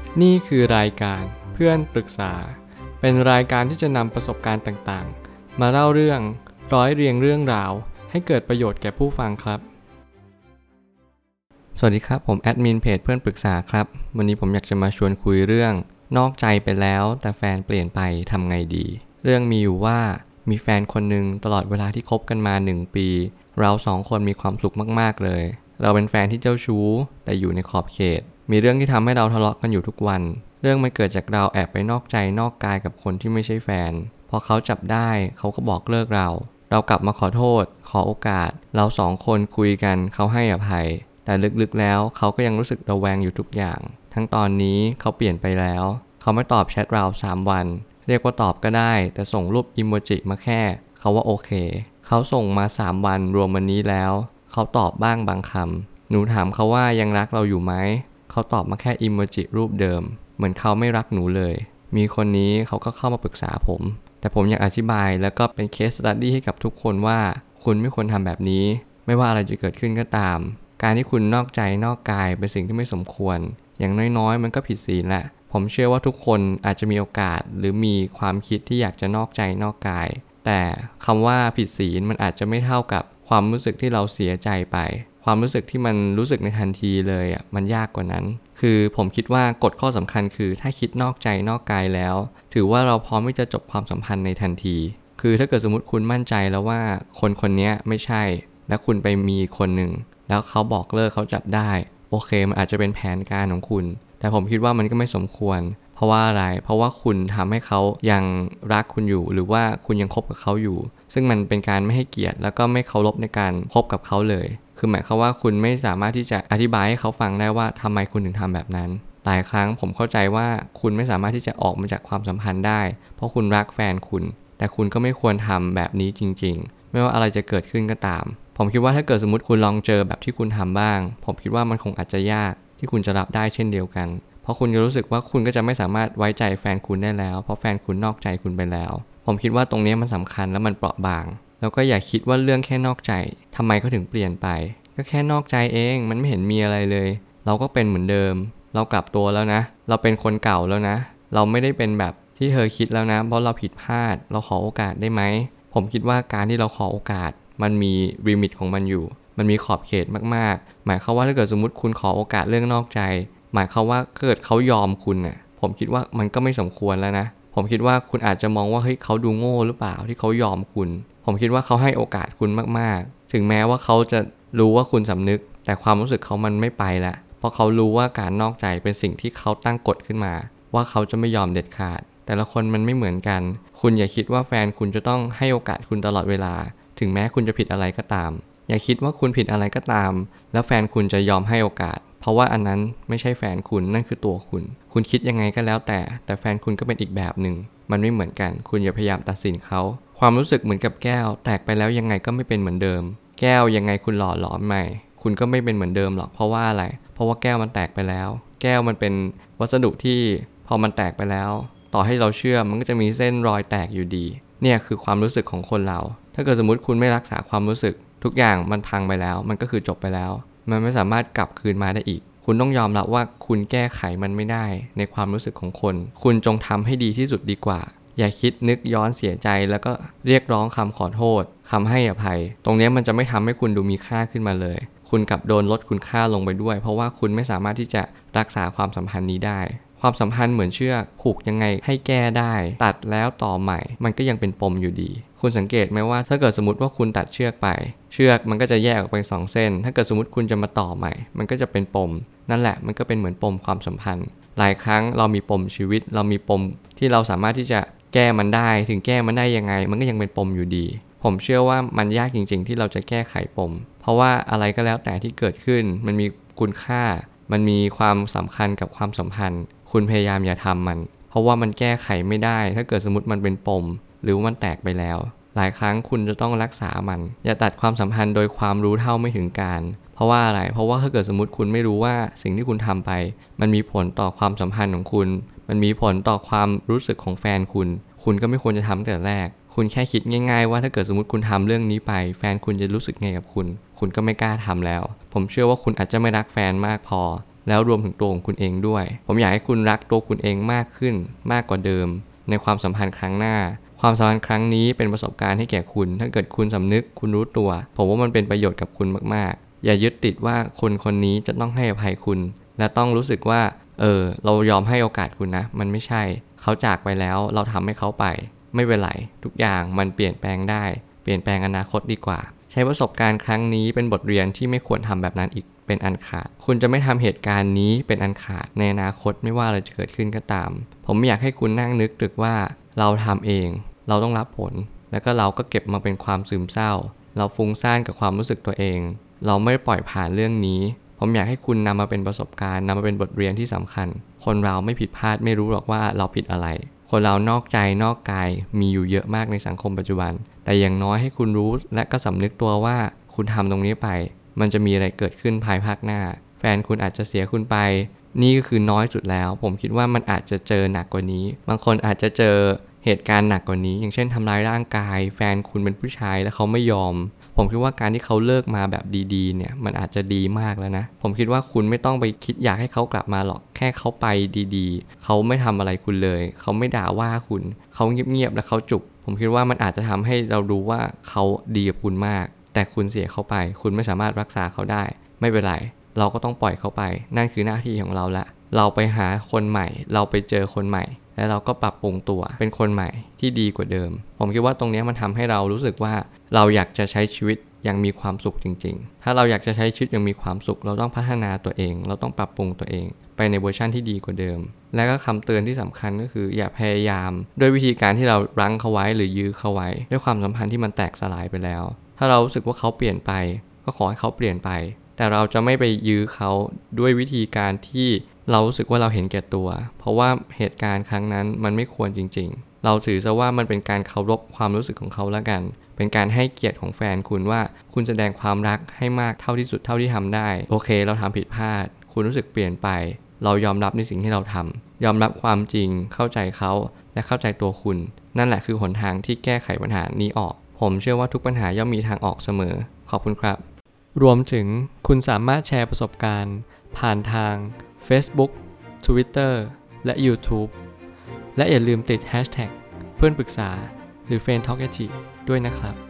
นี่คือรายการเพื่อนปรึกษาเป็นรายการที่จะนำประสบการณ์ต่างๆมาเล่าเรื่องร้อยเรียงเรื่องราวให้เกิดประโยชน์แก่ผู้ฟังครับสวัสดีครับผมแอดมินเพจเพื่อนปรึกษาครับวันนี้ผมอยากจะมาชวนคุยเรื่องนอกใจไปแล้วแต่แฟนเปลี่ยนไปทำไงดีเรื่องมีอยู่ว่ามีแฟนคนหนึ่งตลอดเวลาที่คบกันมา1 ปีเรา2 คนมีความสุขมากๆเลยเราเป็นแฟนที่เจ้าชู้แต่อยู่ในขอบเขตมีเรื่องที่ทำให้เราทะเลาะกันอยู่ทุกวันเรื่องมันเกิดจากเราแอบไปนอกใจนอกกายกับคนที่ไม่ใช่แฟนพอเขาจับได้เขาก็บอกเลิกเรากลับมาขอโทษขอโอกาสเรา2 คนคุยกันเขาให้อภัยแต่ลึกๆแล้วเขาก็ยังรู้สึกระแวงอยู่ทุกอย่างทั้งตอนนี้เขาเปลี่ยนไปแล้วเขาไม่ตอบแชทเรา3 วันเรียกว่าตอบก็ได้แต่ส่งรูปอิโมจิมาแค่เขาว่าโอเคเขาส่งมา3 วันรวมวันนี้แล้วเขาตอบบ้างบางคำหนูถามเขาว่ายังรักเราอยู่ไหมเขาตอบมาแค่อิโมจิรูปเดิมเหมือนเขาไม่รักหนูเลยมีคนนี้เขาก็เข้ามาปรึกษาผมแต่ผมอยากอธิบายแล้วก็เป็นเคสสตั๊ดดี้ให้กับทุกคนว่าคุณไม่ควรทำแบบนี้ไม่ว่าอะไรจะเกิดขึ้นก็ตามการที่คุณนอกใจนอกกายเป็นสิ่งที่ไม่สมควรอย่างน้อยๆมันก็ผิดศีลแหละผมเชื่อว่าทุกคนอาจจะมีโอกาสหรือมีความคิดที่อยากจะนอกใจนอกกายแต่คำว่าผิดศีลมันอาจจะไม่เท่ากับความรู้สึกที่เราเสียใจไปความรู้สึกที่มันรู้สึกในทันทีเลยมันยากกว่านั้นคือผมคิดว่ากฎข้อสำคัญคือถ้าคิดนอกใจนอกกายแล้วถือว่าเราพร้อมที่จะจบความสัมพันธ์ในทันทีคือถ้าเกิดสมมติคุณมั่นใจแล้วว่าคนคนนี้ไม่ใช่และคุณไปมีคนหนึ่งแล้วเขาบอกเลิกเขาจับได้โอเคมันอาจจะเป็นแผนการของคุณแต่ผมคิดว่ามันก็ไม่สมควรเพราะว่าอะไรเพราะว่าคุณทำให้เขายังรักคุณอยู่หรือว่าคุณยังคบกับเขาอยู่ซึ่งมันเป็นการไม่ให้เกียรติแล้วก็ไม่เคารพในการคบกับเขาเลยคือหมายความว่าคุณไม่สามารถที่จะอธิบายให้เขาฟังได้ว่าทำไมคุณถึงทำแบบนั้นหลายครั้งผมเข้าใจว่าคุณไม่สามารถที่จะออกมาจากความสัมพันธ์ได้เพราะคุณรักแฟนคุณแต่คุณก็ไม่ควรทำแบบนี้จริงๆไม่ว่าอะไรจะเกิดขึ้นก็ตามผมคิดว่าถ้าเกิดสมมติคุณลองเจอแบบที่คุณทำบ้างผมคิดว่ามันคงอาจจะยากที่คุณจะรับได้เช่นเดียวกันเพราะคุณจะรู้สึกว่าคุณก็จะไม่สามารถไว้ใจแฟนคุณได้แล้วเพราะแฟนคุณนอกใจคุณไปแล้วผมคิดว่าตรงนี้มันสำคัญและมันเปราะบางแล้วก็อย่าคิดว่าเรื่องแค่นอกใจทำไมเขาถึงเปลี่ยนไปก็แค่นอกใจเองมันไม่เห็นมีอะไรเลยเราก็เป็นเหมือนเดิมเรากลับตัวแล้วนะเราเป็นคนเก่าแล้วนะเราไม่ได้เป็นแบบที่เธอคิดแล้วนะเพราะเราผิดพลาดเราขอโอกาสได้ไหมผมคิดว่าการที่เราขอโอกาสมันมีลิมิตของมันอยู่มันมีขอบเขตมากๆหมายความว่าถ้าเกิดสมมติคุณขอโอกาสเรื่องนอกใจหมายความว่าเกิดเขายอมคุณน่ะผมคิดว่ามันก็ไม่สมควรแล้วนะผมคิดว่าคุณอาจจะมองว่าเฮ้ยเขาดูโง่หรือเปล่าที่เขายอมคุณผมคิดว่าเขาให้โอกาสคุณมากๆถึงแม้ว่าเขาจะรู้ว่าคุณสำนึกแต่ความรู้สึกเขามันไม่ไปละเพราะเขารู้ว่าการนอกใจเป็นสิ่งที่เขาตั้งกฎขึ้นมาว่าเขาจะไม่ยอมเด็ดขาดแต่ละคนมันไม่เหมือนกันคุณอย่าคิดว่าแฟนคุณจะต้องให้โอกาสคุณตลอดเวลาถึงแม้คุณจะผิดอะไรก็ตามอย่าคิดว่าคุณผิดอะไรก็ตามแล้วแฟนคุณจะยอมให้โอกาสเพราะว่าอันนั้นไม่ใช่แฟนคุณนั่นคือตัวคุณคิดยังไงก็แล้วแต่แฟนคุณก็เป็นอีกแบบหนึ่งมันไม่เหมือนกันคุณอย่าพยายามตัดสินเขาความรู้สึกเหมือนกับแก้วแตกไปแล้วยังไงก็ไม่เป็นเหมือนเดิมแก้วยังไงคุณหล่อหลอมใหม่คุณก็ไม่เป็นเหมือนเดิมหรอกเพราะว่าอะไรเพราะว่าแก้วมันแตกไปแล้วแก้วมันเป็นวัสดุที่พอมันแตกไปแล้วต่อให้เราเชื่อมันก็จะมีเส้นรอยแตกอยู่ดีเนี่ยคือความรู้สึกของคนเราถ้าเกิดสมมติคุณไม่รักษาความรู้สึกทุกอย่างมันพังไปแล้วมันก็คือจบไปแล้วมันไม่สามารถกลับคืนมาได้อีกคุณต้องยอมรับว่าคุณแก้ไขมันไม่ได้ในความรู้สึกของคนคุณจงทำให้ดีที่สุดดีกว่าอย่าคิดนึกย้อนเสียใจแล้วก็เรียกร้องคำขอโทษคำให้อภัยตรงนี้มันจะไม่ทำให้คุณดูมีค่าขึ้นมาเลยคุณกลับโดนลดคุณค่าลงไปด้วยเพราะว่าคุณไม่สามารถที่จะรักษาความสัมพันธ์นี้ได้ความสัมพันธ์เหมือนเชือกผูกยังไงให้แก้ได้ตัดแล้วต่อใหม่มันก็ยังเป็นปมอยู่ดีคุณสังเกตไหมว่าถ้าเกิดสมมติว่าคุณตัดเชือกไปเชือกมันก็จะแยกออกเป็น2 เส้นถ้าเกิดสมมติคุณจะมาต่อใหม่มันก็จะเป็นปมนั่นแหละมันก็เป็นเหมือนปมความสัมพันธ์หลายครั้งเรามีปมชีวิตเรามีปมที่เราสามารถที่จะแก้มันได้ถึงแก้มันได้ยังไงมันก็ยังเป็นปมอยู่ดีผมเชื่อว่ามันยากจริงๆที่เราจะแก้ไขปมเพราะว่าอะไรก็แล้วแต่ที่เกิดขึ้นมันมีคุณค่ามันมีความสำคัญกับความสัมพันธ์คุณพยายามอย่าทำมันเพราะว่ามันแก้ไขไม่ได้ถ้าเกิดสมมติมันเป็นปมหรือมันแตกไปแล้วหลายครั้งคุณจะต้องรักษามันอย่าตัดความสัมพันธ์โดยความรู้เท่าไม่ถึงการเพราะว่าอะไรเพราะว่าถ้าเกิดสมมติคุณไม่รู้ว่าสิ่งที่คุณทำไปมันมีผลต่อความสัมพันธ์ของคุณมันมีผลต่อความรู้สึกของแฟนคุณก็ไม่ควรจะทำแต่แรกคุณแค่คิดง่ายๆว่าถ้าเกิดสมมติคุณทำเรื่องนี้ไปแฟนคุณจะรู้สึกไงกับคุณก็ไม่กล้าทำแล้วผมเชื่อว่าคุณอาจจะไม่รักแฟนมากพอแล้วรวมถึงตัวของคุณเองด้วยผมอยากให้คุณรักตัวคุณเองมากขึ้นมากกว่าเดิมในความสัมพันธ์ครั้งหน้าความสัมพันธ์ครั้งนี้เป็นประสบการณ์ให้แก่คุณถ้าเกิดคุณสำนึกคุณรู้ตัวผมว่ามันเป็นประโยชน์กับคุณมากๆอย่ายึดติดว่าคนคนนี้จะต้องให้อภัยคุณและต้องรู้สึกว่าเรายอมให้โอกาสคุณนะมันไม่ใช่เขาจากไปแล้วเราทำให้เขาไปไม่เป็นไรทุกอย่างมันเปลี่ยนแปลงได้เปลี่ยนแปลงอนาคตดีกว่าใช้ประสบการณ์ครั้งนี้เป็นบทเรียนที่ไม่ควรทำแบบนั้นอีกเป็นอันขาดคุณจะไม่ทำเหตุการณ์นี้เป็นอันขาดในอนาคตไม่ว่าอะไรจะเกิดขึ้นก็ตามผมอยากให้คุณนั่งนึกถึงว่าเราทำเองเราต้องรับผลแล้วก็เราก็เก็บมาเป็นความซึมเศร้าเราฟุ้งซ่านกับความรู้สึกตัวเองเราไม่ได้ปล่อยผ่านเรื่องนี้ผมอยากให้คุณนำมาเป็นประสบการณ์นำมาเป็นบทเรียนที่สำคัญคนเราไม่ผิดพลาดไม่รู้หรอกว่าเราผิดอะไรคนเรานอกใจนอกกายมีอยู่เยอะมากในสังคมปัจจุบันแต่อย่างน้อยให้คุณรู้และก็สำนึกตัวว่าคุณทำตรงนี้ไปมันจะมีอะไรเกิดขึ้นภายภาคหน้าแฟนคุณอาจจะเสียคุณไปนี่ก็คือน้อยสุดแล้วผมคิดว่ามันอาจจะเจอหนักกว่านี้บางคนอาจจะเจอเหตุการณ์หนักกว่านี้อย่างเช่นทำร้ายร่างกายแฟนคุณเป็นผู้ชายแล้วเขาไม่ยอมผมคิดว่าการที่เขาเลิกมาแบบดีๆเนี่ยมันอาจจะดีมากแล้วนะผมคิดว่าคุณไม่ต้องไปคิดอยากให้เขากลับมาหรอกแค่เขาไปดีๆเขาไม่ทำอะไรคุณเลยเขาไม่ด่าว่าคุณเขาเงียบๆแล้วเขาจุกผมคิดว่ามันอาจจะทำให้เรารู้ว่าเขาดีกับคุณมากแต่คุณเสียเขาไปคุณไม่สามารถรักษาเขาได้ไม่เป็นไรเราก็ต้องปล่อยเขาไปนั่นคือหน้าที่ของเราละเราไปหาคนใหม่เราไปเจอคนใหม่แล้วเราก็ปรับปรุงตัวเป็นคนใหม่ที่ดีกว่าเดิมผมคิดว่าตรงนี้มันทำให้เรารู้สึกว่าเราอยากจะใช้ชีวิตอย่างมีความสุขจริงๆถ้าเราอยากจะใช้ชีวิตอย่างมีความสุขเราต้องพัฒนาตัวเองเราต้องปรับปรุงตัวเองไปในเวอร์ชันที่ดีกว่าเดิมและก็คำเตือนที่สำคัญก็คืออย่าพยายามด้วยวิธีการที่เรารั้งเขาไว้หรือยื้อเขาไว้ด้วยความสัมพันธ์ที่มันแตกสลายไปแล้วถ้าเรารู้สึกว่าเขาเปลี่ยนไปก็ขอให้เขาเปลี่ยนไปแต่เราจะไม่ไปยื้อเขาด้วยวิธีการที่เรารู้สึกว่าเราเห็นแก่ตัวเพราะว่าเหตุการณ์ครั้งนั้นมันไม่ควรจริงๆเราถือซะว่ามันเป็นการเคารพความรู้สึกของเขาแล้วกันเป็นการให้เกียรติของแฟนคุณว่าคุณแสดงความรักให้มากเท่าที่สุดเท่าที่ทำได้โอเคเราทำผิดพลาดคุณรู้สึกเปลี่ยนไปเรายอมรับในสิ่งที่เราทำยอมรับความจริงเข้าใจเขาและเข้าใจตัวคุณนั่นแหละคือหนทางที่แก้ไขปัญหานี้ออกผมเชื่อว่าทุกปัญหาย่อมมีทางออกเสมอขอบคุณครับรวมถึงคุณสามารถแชร์ประสบการณ์ผ่านทาง Facebook Twitter และ YouTube และอย่าลืมติด Hashtag เพื่อนปรึกษาหรือ Friend Talkative ด้วยนะครับ